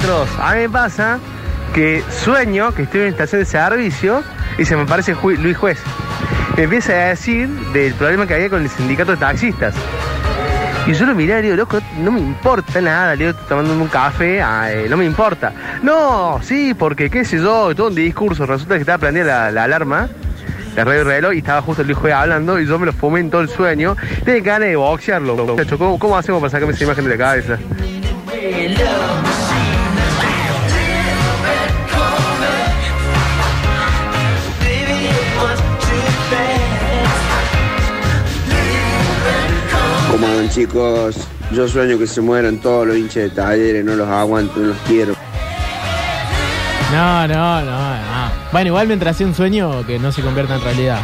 atroz. A mí me pasa que sueño que estoy en una estación de servicio y se me aparece Luis Juez. Me empieza a decir del problema que había con el sindicato de taxistas. Y yo lo miré y digo, loco, no me importa nada, le digo, tomándome un café, no me importa. No, sí, porque qué sé yo, todo un discurso. Resulta que estaba planeada la alarma, la radio reloj, y estaba justo el Luis Juez hablando, y yo me lo fumé en todo el sueño. Tiene ganas de boxearlo, muchacho. ¿Cómo hacemos para sacarme esa imagen de la cabeza? ¿Cómo andan, chicos? Yo sueño que se mueran todos los hinchas de Talleres, no los aguanto, no los quiero. No. Bueno, igual mientras sea un sueño que no se convierta en realidad.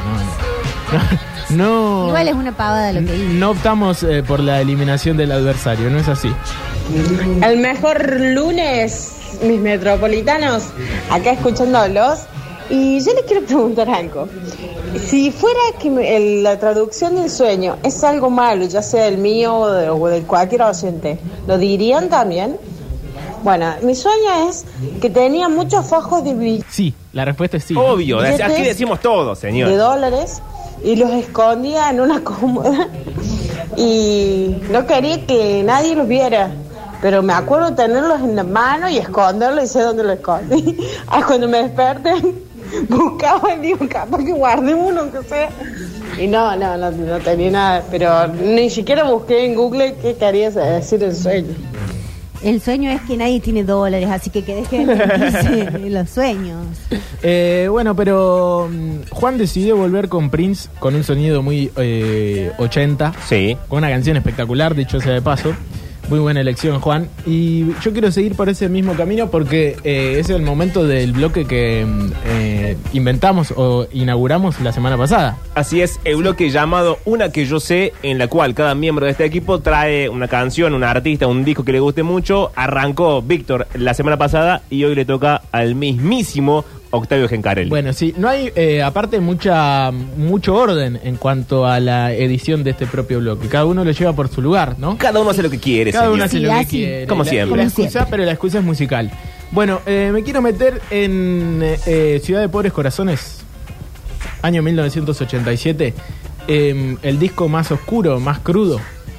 No. Igual es una pavada lo que hice. No optamos por la eliminación del adversario, no es así. El mejor lunes, mis metropolitanos, acá escuchándolos. Y yo les quiero preguntar algo. Si fuera que la traducción del sueño es algo malo, ya sea el mío o de cualquier oyente, ¿lo dirían también? Bueno, mi sueño es que tenía muchos fajos de billetes. Sí, la respuesta es sí. Obvio, aquí decimos todo, señor. De dólares, y los escondía en una cómoda. Y no quería que nadie los viera. Pero me acuerdo tenerlos en la mano y esconderlos, y sé dónde los escondí. Cuando me desperté, buscaba y digo, capaz que guardé uno, aunque sea. Y no tenía nada. Pero ni siquiera busqué en Google qué quería decir el sueño. El sueño es que nadie tiene dólares, así que dejen de mentirse los sueños. Bueno, pero Juan decidió volver con Prince con un sonido muy 80. Sí. Con una canción espectacular, dicho sea de paso. Muy buena elección, Juan. Y yo quiero seguir por ese mismo camino porque es el momento del bloque que inventamos o inauguramos la semana pasada. Así es, el bloque llamado Una que yo sé, en la cual cada miembro de este equipo trae una canción, un artista, un disco que le guste mucho. Arrancó Víctor la semana pasada y hoy le toca al mismísimo Octavio Gencarelli. Bueno, sí, no hay, aparte, mucho orden en cuanto a la edición de este propio bloque. Cada uno lo lleva por su lugar, ¿no? Cada uno hace lo que quiere, Cada señor. uno hace lo que quiere. Como siempre. Pero la excusa es musical. Bueno, me quiero meter en Ciudad de Pobres Corazones, año 1987. El disco más oscuro, más crudo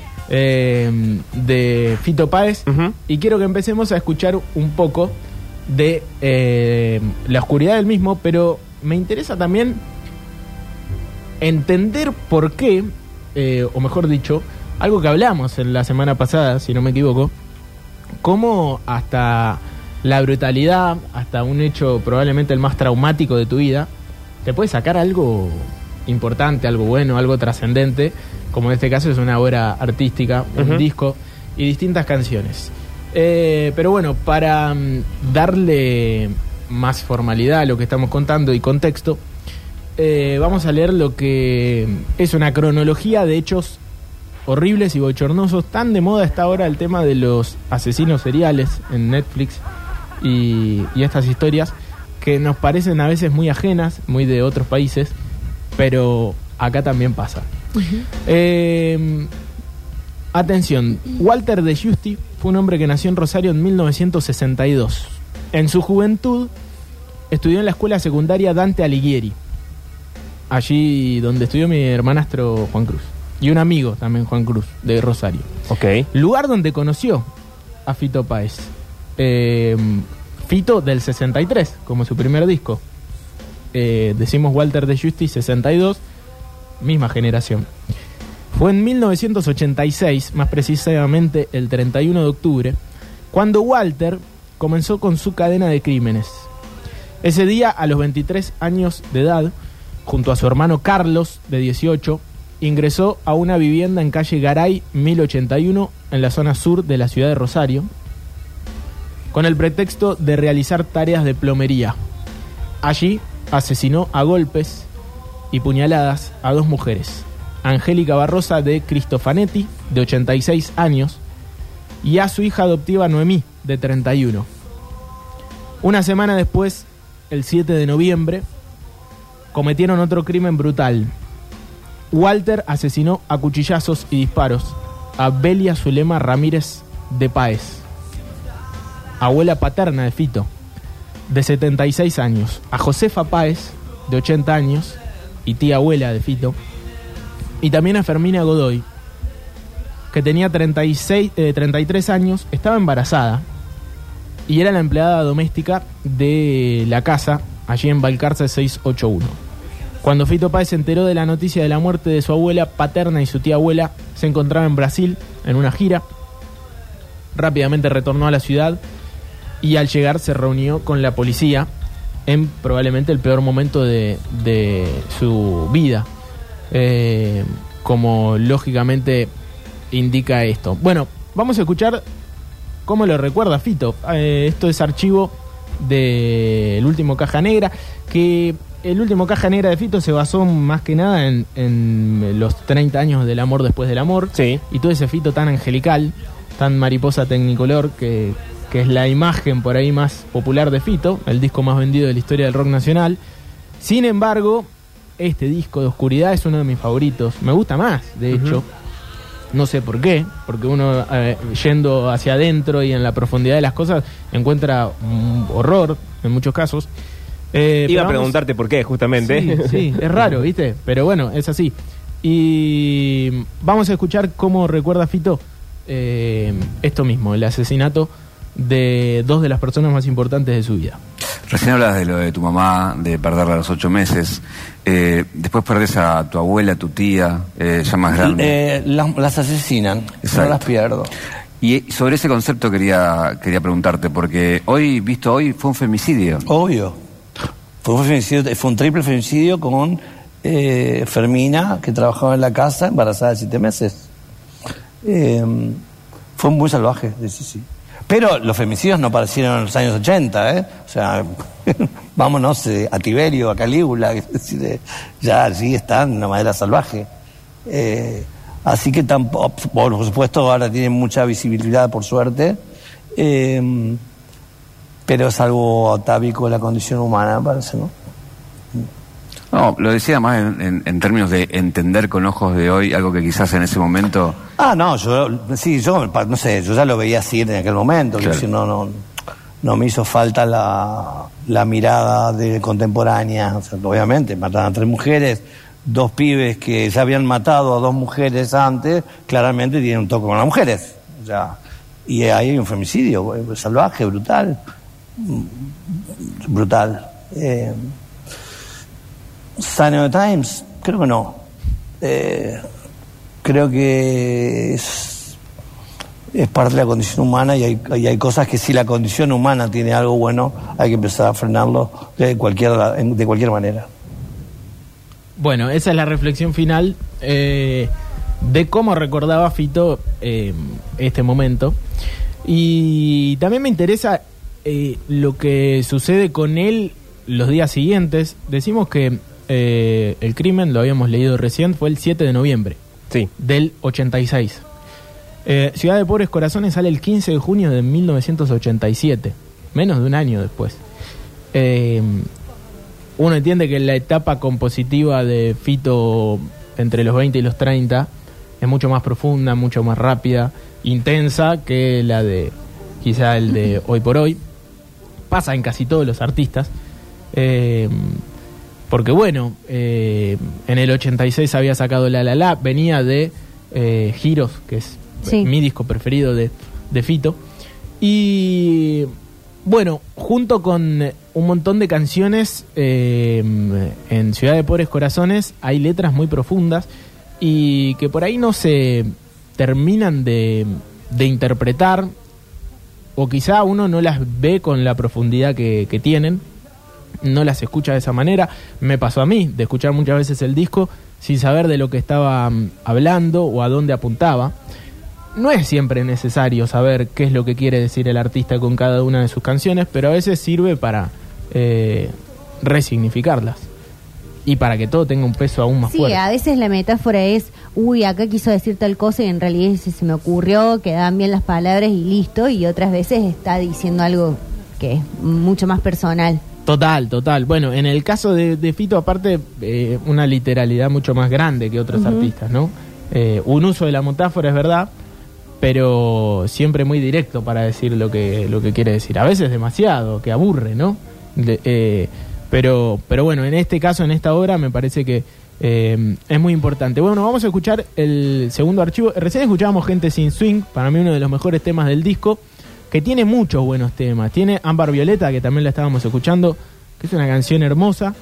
de Fito Páez. Uh-huh. Y quiero que empecemos a escuchar un poco de la oscuridad del mismo, pero me interesa también entender por qué, o mejor dicho, algo que hablamos en la semana pasada, si no me equivoco, cómo hasta la brutalidad, hasta un hecho probablemente el más traumático de tu vida, te puede sacar algo importante, algo bueno, algo trascendente, como en este caso es una obra artística, un disco y distintas canciones. Pero bueno, para darle más formalidad a lo que estamos contando y contexto, vamos a leer lo que es una cronología de hechos horribles y bochornosos. Tan de moda está ahora el tema de los asesinos seriales en Netflix y estas historias que nos parecen a veces muy ajenas, muy de otros países, pero acá también pasa. Atención, Walter de Giusti fue un hombre que nació en Rosario en 1962. En su juventud estudió en la escuela secundaria Dante Alighieri, allí donde estudió mi hermanastro Juan Cruz, y un amigo también, Juan Cruz, de Rosario. Okay. Lugar donde conoció a Fito Páez. Fito del 63, como su primer disco. Decimos Walter de Giusti, 62, misma generación. Fue en 1986, más precisamente el 31 de octubre, cuando Walter comenzó con su cadena de crímenes. Ese día, a los 23 años de edad, junto a su hermano Carlos, de 18, ingresó a una vivienda en calle Garay 1081, en la zona sur de la ciudad de Rosario, con el pretexto de realizar tareas de plomería. Allí asesinó a golpes y puñaladas a dos mujeres: Angélica Barrosa de Cristofanetti, de 86 años, y a su hija adoptiva Noemí, de 31. Una semana después, el 7 de noviembre, cometieron otro crimen brutal. Walter asesinó a cuchillazos y disparos a Belia Zulema Ramírez de Páez, abuela paterna de Fito, de 76 años, a Josefa Páez, de 80 años, y tía abuela de Fito, y también a Fermina Godoy, que tenía 33 años, estaba embarazada, y era la empleada doméstica de la casa, allí en Balcarce 681. Cuando Fito Páez se enteró de la noticia de la muerte de su abuela paterna y su tía abuela, se encontraba en Brasil, en una gira. Rápidamente retornó a la ciudad y al llegar se reunió con la policía en probablemente el peor momento de su vida, como lógicamente indica esto. Bueno, vamos a escuchar cómo lo recuerda Fito. Esto es archivo del último Caja Negra, que el último Caja Negra de Fito se basó más que nada en los 30 años del amor después del amor. Sí. Y todo ese Fito tan angelical, tan mariposa tecnicolor, que es la imagen por ahí más popular de Fito, el disco más vendido de la historia del rock nacional. Sin embargo, este disco de Oscuridad es uno de mis favoritos. Me gusta más, de hecho. No sé por qué, porque uno yendo hacia adentro y en la profundidad de las cosas encuentra horror en muchos casos. Iba a preguntarte por qué, justamente. Sí, es raro, ¿viste? Pero bueno, es así. Y vamos a escuchar cómo recuerda Fito esto mismo, el asesinato de dos de las personas más importantes de su vida. Recién hablas de lo de tu mamá, de perderla a los 8 meses. Después perdés a tu abuela, a tu tía, ya más grande. Las asesinan, Exacto. No las pierdo. Y sobre ese concepto quería preguntarte, porque hoy fue un femicidio. Obvio. Fue un triple femicidio con Fermina, que trabajaba en la casa, embarazada de 7 meses. Fue muy salvaje, sí. Pero los femicidios no aparecieron en los años 80, O sea, vámonos a Tiberio, a Calígula, ya allí están de una manera salvaje. Así que tampoco, por supuesto, ahora tienen mucha visibilidad, por suerte. Pero es algo atávico de la condición humana, me parece, ¿no? No, lo decía más en términos de entender con ojos de hoy algo que quizás en ese momento... No, yo no sé, yo ya lo veía así en aquel momento, claro. Decir, no me hizo falta la mirada de contemporánea, o sea, obviamente, mataron a 3 mujeres, 2 pibes que ya habían matado a 2 mujeres antes, claramente tienen un toque con las mujeres, o sea, y ahí hay un femicidio salvaje, brutal. Sign of the Times, creo que no. Creo que es parte de la condición humana y hay cosas que si la condición humana tiene algo bueno, hay que empezar a frenarlo de cualquier manera. Bueno, esa es la reflexión final de cómo recordaba Fito este momento. Y también me interesa lo que sucede con él los días siguientes. Decimos que el crimen, lo habíamos leído recién, fue el 7 de noviembre del 86. Ciudad de Pobres Corazones sale el 15 de junio de 1987, menos de un año después. Uno entiende que la etapa compositiva de Fito entre los 20 y los 30 es mucho más profunda, mucho más rápida, intensa que la de quizá el de Hoy por Hoy. Pasa en casi todos los artistas. Porque bueno, en el 86 había sacado La, venía de Giros, que es mi disco preferido de Fito. Y bueno, junto con un montón de canciones en Ciudad de Pobres Corazones hay letras muy profundas y que por ahí no se terminan de interpretar, o quizá uno no las ve con la profundidad que tienen, no las escucha de esa manera. Me pasó a mí de escuchar muchas veces el disco sin saber de lo que estaba hablando o a dónde apuntaba. No es siempre necesario saber qué es lo que quiere decir el artista con cada una de sus canciones, pero a veces sirve para resignificarlas y para que todo tenga un peso aún más fuerte. Sí, a veces la metáfora es, acá quiso decir tal cosa y en realidad se me ocurrió, quedan bien las palabras y listo, y otras veces está diciendo algo que es mucho más personal. Total. Bueno, en el caso de Fito, aparte, una literalidad mucho más grande que otros artistas, ¿no? Un uso de la metáfora, es verdad, pero siempre muy directo para decir lo que quiere decir. A veces demasiado, que aburre, ¿no? Pero bueno, en este caso, en esta obra, me parece que es muy importante. Bueno, vamos a escuchar el segundo archivo. Recién escuchábamos Gente Sin Swing, para mí uno de los mejores temas del disco, que tiene muchos buenos temas. Tiene Ámbar Violeta, que también la estábamos escuchando, que es una canción hermosa,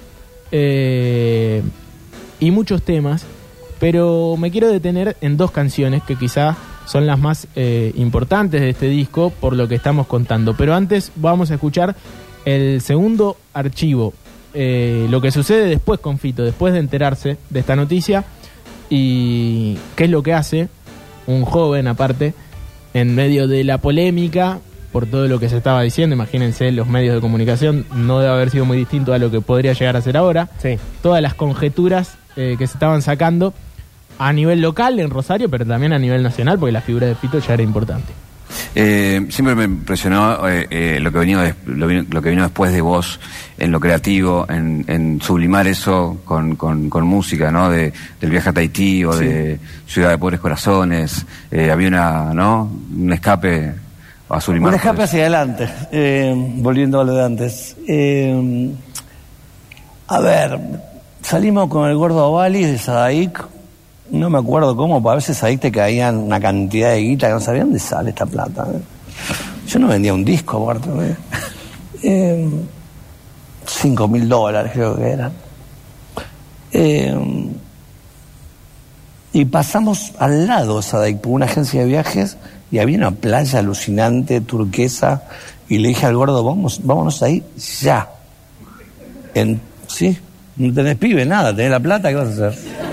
y muchos temas, pero me quiero detener en dos canciones que quizá son las más importantes de este disco por lo que estamos contando. Pero antes vamos a escuchar el segundo archivo, lo que sucede después con Fito, después de enterarse de esta noticia, y qué es lo que hace un joven, aparte, en medio de la polémica por todo lo que se estaba diciendo. Imagínense, los medios de comunicación no debe haber sido muy distinto a lo que podría llegar a ser ahora. Sí. Todas las conjeturas que se estaban sacando a nivel local en Rosario, pero también a nivel nacional, porque la figura de Fito ya era importante. Siempre me impresionó lo que vino después de vos en lo creativo, en sublimar eso con música, ¿no? Del viaje a Tahití o de Ciudad de Pobres Corazones. Había un escape a sublimar. Un escape hacia adelante, volviendo a lo de antes. A ver, salimos con el Gordo Ovalis de Sadaic. No me acuerdo cómo, a veces ahí te caían una cantidad de guita que no sabía dónde sale esta plata. Yo no vendía un disco, aparte. $5.000 creo que eran. Y pasamos al lado de Sadaic por una agencia de viajes y había una playa alucinante, turquesa, y le dije al Gordo, vámonos ahí ya. ¿Sí? No tenés pibe, nada, tenés la plata, ¿qué vas a hacer?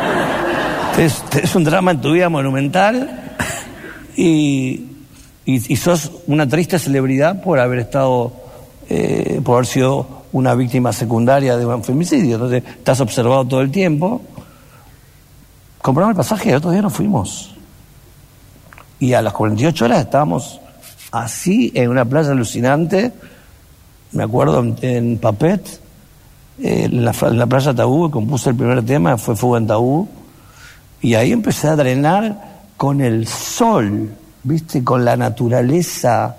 Es un drama en tu vida monumental y sos una triste celebridad por haber estado, por haber sido una víctima secundaria de un femicidio. Entonces, estás observado todo el tiempo. Compramos el pasaje y el otro día nos fuimos. Y a las 48 horas estábamos así en una playa alucinante. Me acuerdo en Papet, en la playa Tabú, compuse el primer tema, fue Fuga en Tabú. Y ahí empecé a drenar con el sol, ¿viste? Con la naturaleza,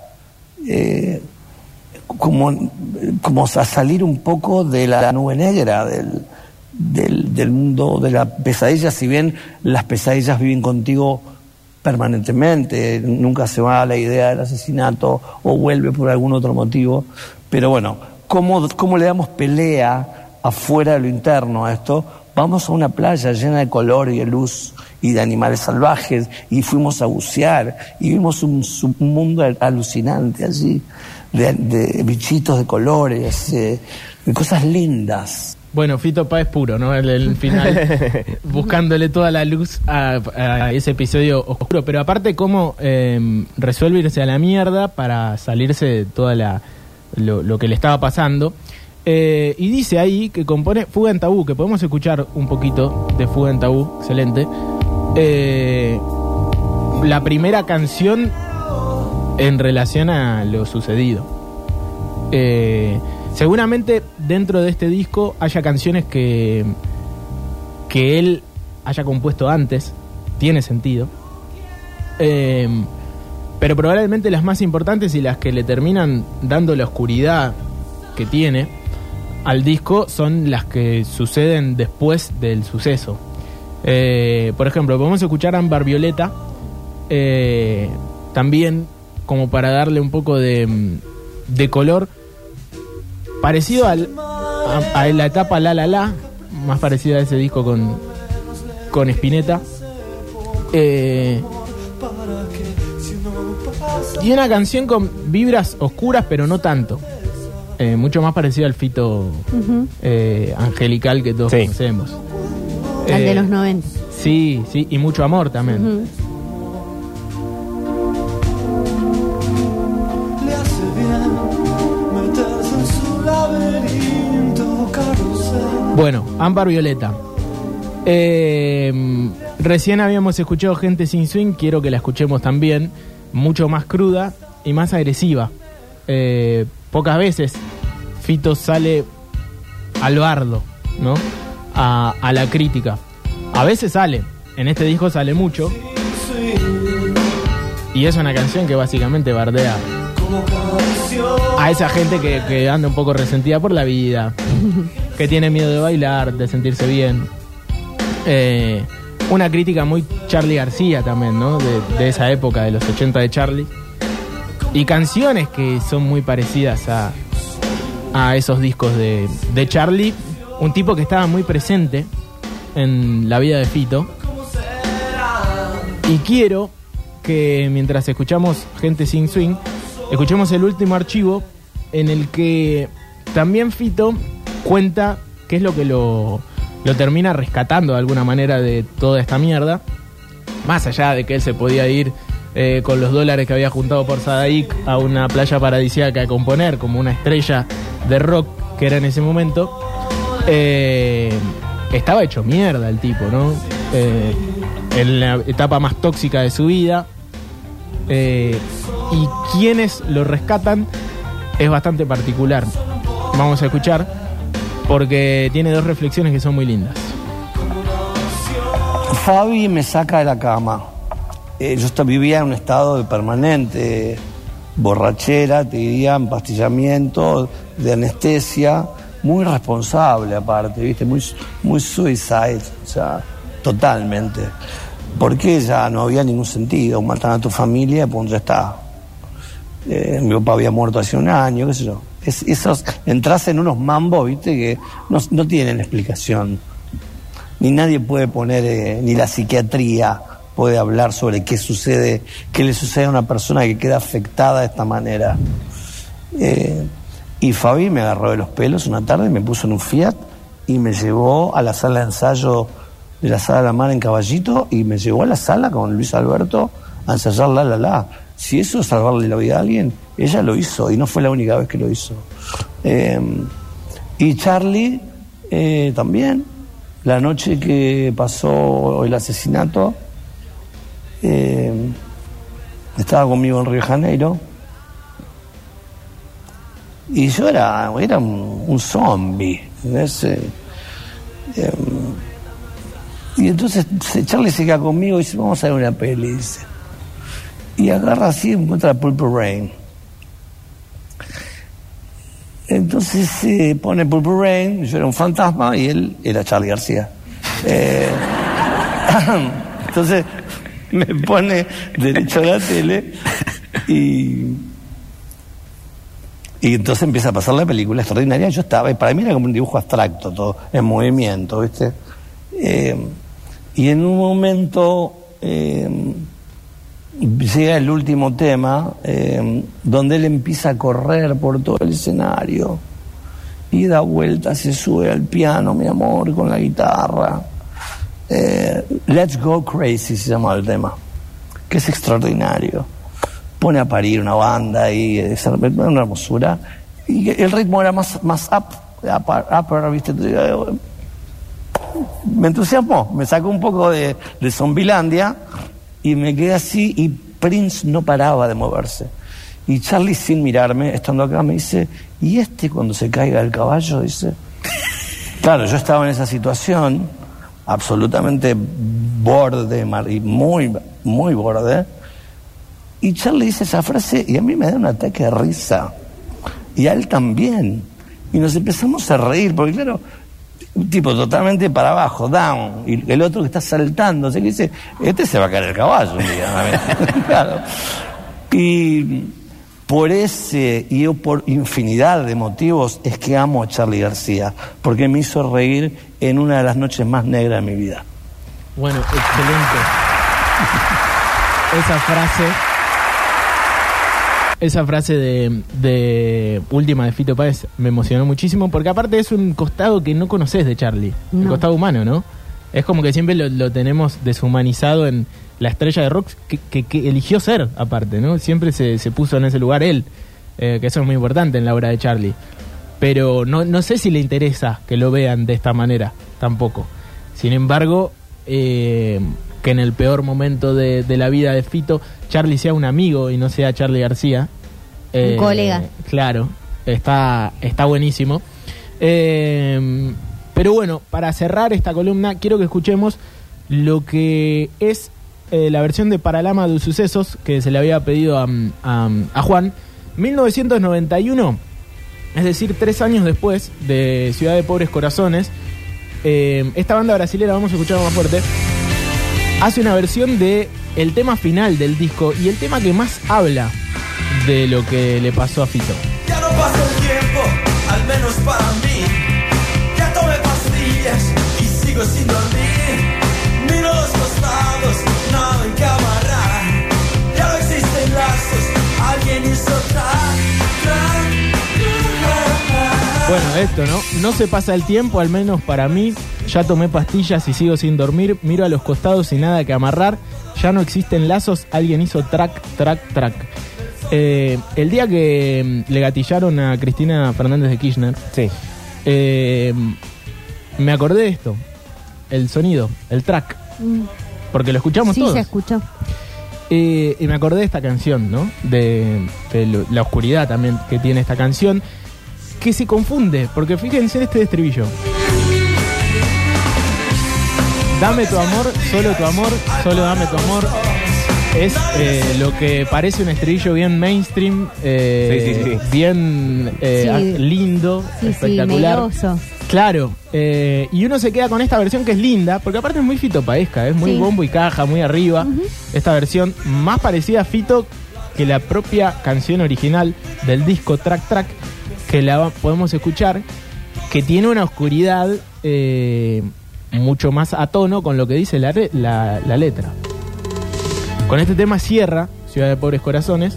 como a salir un poco de la nube negra, del mundo de la pesadilla, si bien las pesadillas viven contigo permanentemente, nunca se va la idea del asesinato o vuelve por algún otro motivo, pero bueno, ¿cómo le damos pelea afuera de lo interno a esto? Vamos a una playa llena de color y de luz y de animales salvajes y fuimos a bucear y vimos un mundo alucinante allí, de bichitos de colores, de cosas lindas. Bueno, Fito Páez puro, ¿no? El final, buscándole toda la luz a ese episodio oscuro. Pero aparte, cómo resuelve irse a la mierda para salirse de toda lo que le estaba pasando. Y dice ahí que compone Fuga en Tabú, que podemos escuchar un poquito de Fuga en Tabú, excelente. La primera canción en relación a lo sucedido. Seguramente dentro de este disco haya canciones que él haya compuesto antes, tiene sentido. Pero probablemente las más importantes y las que le terminan dando la oscuridad que tiene al disco son las que suceden después del suceso. Por ejemplo, podemos escuchar Ámbar Violeta, también como para darle un poco de color, parecido a la etapa La La La, más parecida a ese disco con Spinetta. Y una canción con vibras oscuras, pero no tanto. Mucho más parecido al Fito angelical que todos conocemos. Al de los 90. Sí, y mucho amor también. Bueno, Ámbar Violeta. Recién habíamos escuchado Gente Sin Swing, quiero que la escuchemos también. Mucho más cruda y más agresiva. Pocas veces Fito sale al bardo, ¿no? A la crítica. A veces sale, en este disco sale mucho. Y es una canción que básicamente bardea a esa gente que anda un poco resentida por la vida, que tiene miedo de bailar, de sentirse bien. Una crítica muy Charly García también, ¿no? De esa época, de los 80 de Charly. Y canciones que son muy parecidas a esos discos de Charly. Un tipo que estaba muy presente en la vida de Fito. Y quiero que mientras escuchamos Gente Sin Swing, escuchemos el último archivo en el que también Fito cuenta qué es lo que lo termina rescatando de alguna manera de toda esta mierda. Más allá de que él se podía ir con los dólares que había juntado por Sadaik a una playa paradisíaca a componer como una estrella de rock que era en ese momento, estaba hecho mierda el tipo, ¿no? En la etapa más tóxica de su vida. Y quienes lo rescatan es bastante particular. Vamos a escuchar porque tiene dos reflexiones que son muy lindas. Fabi me saca de la cama. Yo vivía en un estado de permanente borrachera, te diría, empastillamiento, de anestesia, muy responsable aparte, ¿viste? Muy suicide, o sea, totalmente. Porque ya no había ningún sentido, matan a tu familia, pues ya está. Mi papá había muerto hace un año, qué sé yo. Entras en unos mambos, ¿viste? Que no tienen explicación. Ni nadie puede poner, ni la psiquiatría puede hablar sobre qué le sucede a una persona que queda afectada de esta manera. Y Fabi me agarró de los pelos una tarde, me puso en un Fiat y me llevó a la sala de ensayo de la Sala de la Mar en Caballito y me llevó a la sala con Luis Alberto a ensayar La. Si eso es salvarle la vida a alguien, ella lo hizo y no fue la única vez que lo hizo. Y Charly también, la noche que pasó el asesinato, estaba conmigo en Río de Janeiro y yo era un zombie, y entonces Charly se queda conmigo y dice, vamos a ver una peli, dice. Y agarra así y encuentra Purple Rain. Entonces pone Purple Rain, yo era un fantasma y él era Charly García. Entonces me pone derecho a la tele y entonces empieza a pasar la película extraordinaria. Yo estaba, para mí era como un dibujo abstracto, todo en movimiento, ¿viste? Y en un momento llega el último tema, donde él empieza a correr por todo el escenario y da vueltas, se sube al piano, mi amor, con la guitarra. Let's Go Crazy se llama el tema, que es extraordinario. Pone a parir una banda y es una hermosura. Y el ritmo era más upper, ¿viste? Me entusiasmó, me sacó un poco de Zombilandia y me quedé así y Prince no paraba de moverse. Y Charly, sin mirarme, estando acá, me dice, ¿y cuando se caiga el caballo? Dice. Claro, yo estaba en esa situación absolutamente borde, y muy, muy borde. Y Charly dice esa frase y a mí me da un ataque de risa. Y a él también. Y nos empezamos a reír, porque claro, un tipo totalmente para abajo, down, y el otro que está saltando, o sea, que dice, se va a caer el caballo un día. Claro. Y por ese y por infinidad de motivos es que amo a Charly García, porque me hizo reír en una de las noches más negras de mi vida. Bueno, excelente. Esa frase de última de Fito Páez me emocionó muchísimo, porque aparte es un costado que no conoces de Charly, el costado humano, ¿no? Es como que siempre lo tenemos deshumanizado en la estrella de rock que eligió ser, aparte, ¿no? Siempre se puso en ese lugar él, que eso es muy importante en la obra de Charly. Pero no sé si le interesa que lo vean de esta manera, tampoco. Sin embargo, que en el peor momento de la vida de Fito, Charly sea un amigo y no sea Charly García. Un colega. Claro, está buenísimo. Pero bueno, para cerrar esta columna, quiero que escuchemos lo que es la versión de Paralama de Sucesos, que se le había pedido a Juan. 1991, es decir, 3 años después de Ciudad de Pobres Corazones, esta banda brasilera, vamos a escucharlo más fuerte, hace una versión de el tema final del disco y el tema que más habla de lo que le pasó a Fito. Ya no pasa el tiempo, al menos para mí. Ya tomé pastillas y sigo sin dormir. Miro los costados, nada en que amarrar. Ya no existen lazos, alguien hizo Bueno, esto, ¿no? No se pasa el tiempo, al menos para mí. Ya tomé pastillas y sigo sin dormir. Miro a los costados y nada que amarrar. Ya no existen lazos, alguien hizo track. El día que le gatillaron a Cristina Fernández de Kirchner, Sí. me acordé de esto. El sonido, el track. Porque lo escuchamos Sí, todos. se escuchó. Y me acordé de esta canción, ¿no? De la oscuridad también que tiene esta canción, que se confunde, porque fíjense en este estribillo. Dame tu amor, solo dame tu amor. Es lo que parece un estribillo bien mainstream, Sí. bien Sí. lindo, Sí, espectacular. meloso. Claro, y uno se queda con esta versión que es linda, porque aparte es muy fitopaesca, es muy Sí. bombo y caja, muy arriba. Esta versión más parecida a Fito que la propia canción original del disco Track, que la podemos escuchar, que tiene una oscuridad mucho más a tono con lo que dice la letra. Con este tema cierra Ciudad de Pobres Corazones.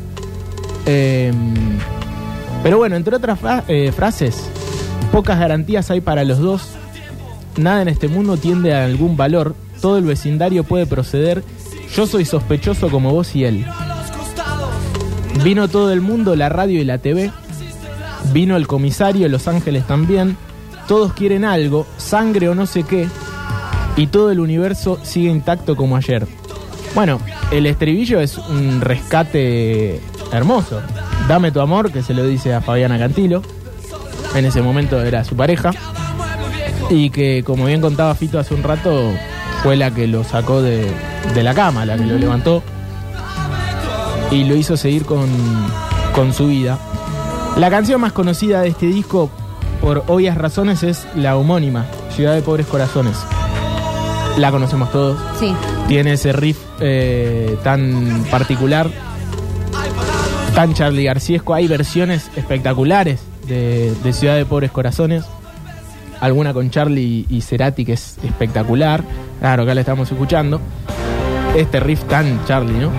Pero bueno, entre otras frases, pocas garantías hay para los dos. Nada en este mundo tiende a algún valor. Todo el vecindario puede proceder. Yo soy sospechoso como vos y él. Vino todo el mundo, la radio y la TV. Vino el comisario, Los Ángeles también. Todos quieren algo, sangre o no sé qué. Y todo el universo sigue intacto como ayer. Bueno, el estribillo es un rescate hermoso. Dame tu amor, que se lo dice a Fabiana Cantilo. En ese momento era su pareja. Y que, como bien contaba Fito hace un rato, fue la que lo sacó de la cama, la que lo levantó y lo hizo seguir con su vida. La canción más conocida de este disco, por obvias razones, es la homónima, Ciudad de Pobres Corazones. La conocemos todos. Sí. Tiene ese riff tan particular, tan Charly Garciesco. Hay versiones espectaculares de Ciudad de Pobres Corazones. Alguna con Charly y Cerati, que es espectacular. Claro, acá la estamos escuchando. Este riff tan Charly, ¿no?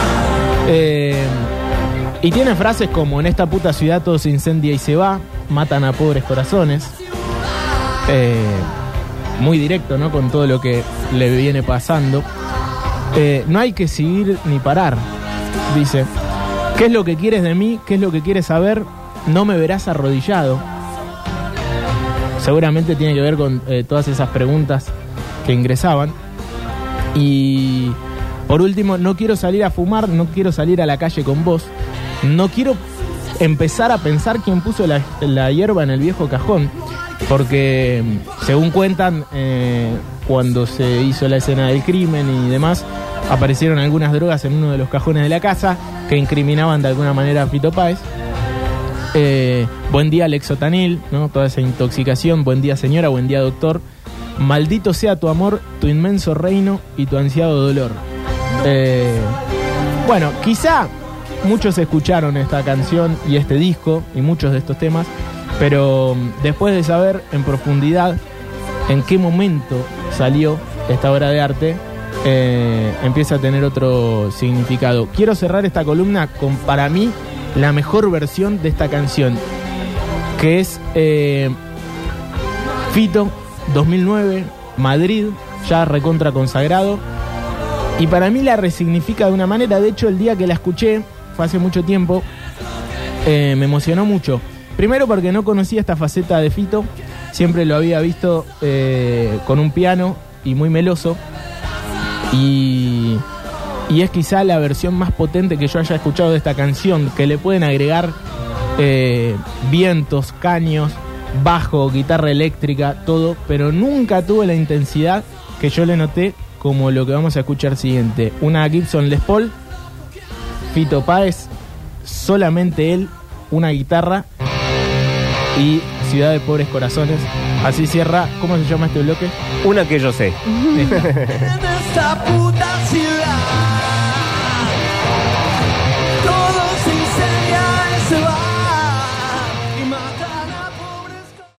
Y tiene frases como: en esta puta ciudad todo se incendia y se va, matan a pobres corazones. Muy directo, ¿no? Con todo lo que le viene pasando. No hay que seguir ni parar, dice. ¿Qué es lo que quieres de mí? ¿Qué es lo que quieres saber? No me verás arrodillado. Seguramente tiene que ver con todas esas preguntas que ingresaban. Y por último, no quiero salir a fumar, no quiero salir a la calle con vos. No quiero empezar a pensar quién puso la hierba en el viejo cajón. Porque, según cuentan, cuando se hizo la escena del crimen y demás, aparecieron algunas drogas en uno de los cajones de la casa que incriminaban de alguna manera a Fito Páez. Buen día, Lexotanil, ¿no? Toda esa intoxicación. Buen día, señora, buen día, doctor. Maldito sea tu amor, tu inmenso reino y tu ansiado dolor. Bueno, quizá muchos escucharon esta canción y este disco y muchos de estos temas, pero después de saber en profundidad en qué momento salió esta obra de arte, empieza a tener otro significado. Quiero cerrar esta columna con, para mí, la mejor versión de esta canción, que es Fito, 2009, Madrid, ya recontra consagrado, y para mí la resignifica de una manera. De hecho, el día que la escuché, fue hace mucho tiempo, me emocionó mucho. Primero porque no conocía esta faceta de Fito, siempre lo había visto con un piano y muy meloso, y es quizá la versión más potente que yo haya escuchado de esta canción, que le pueden agregar vientos, caños, bajo, guitarra eléctrica, todo, pero nunca tuvo la intensidad que yo le noté como lo que vamos a escuchar siguiente. Una Gibson Les Paul, Fito Páez, solamente él, una guitarra y Ciudad de Pobres Corazones. Así cierra, ¿cómo se llama este bloque? Una que yo sé. En esta puta ciudad.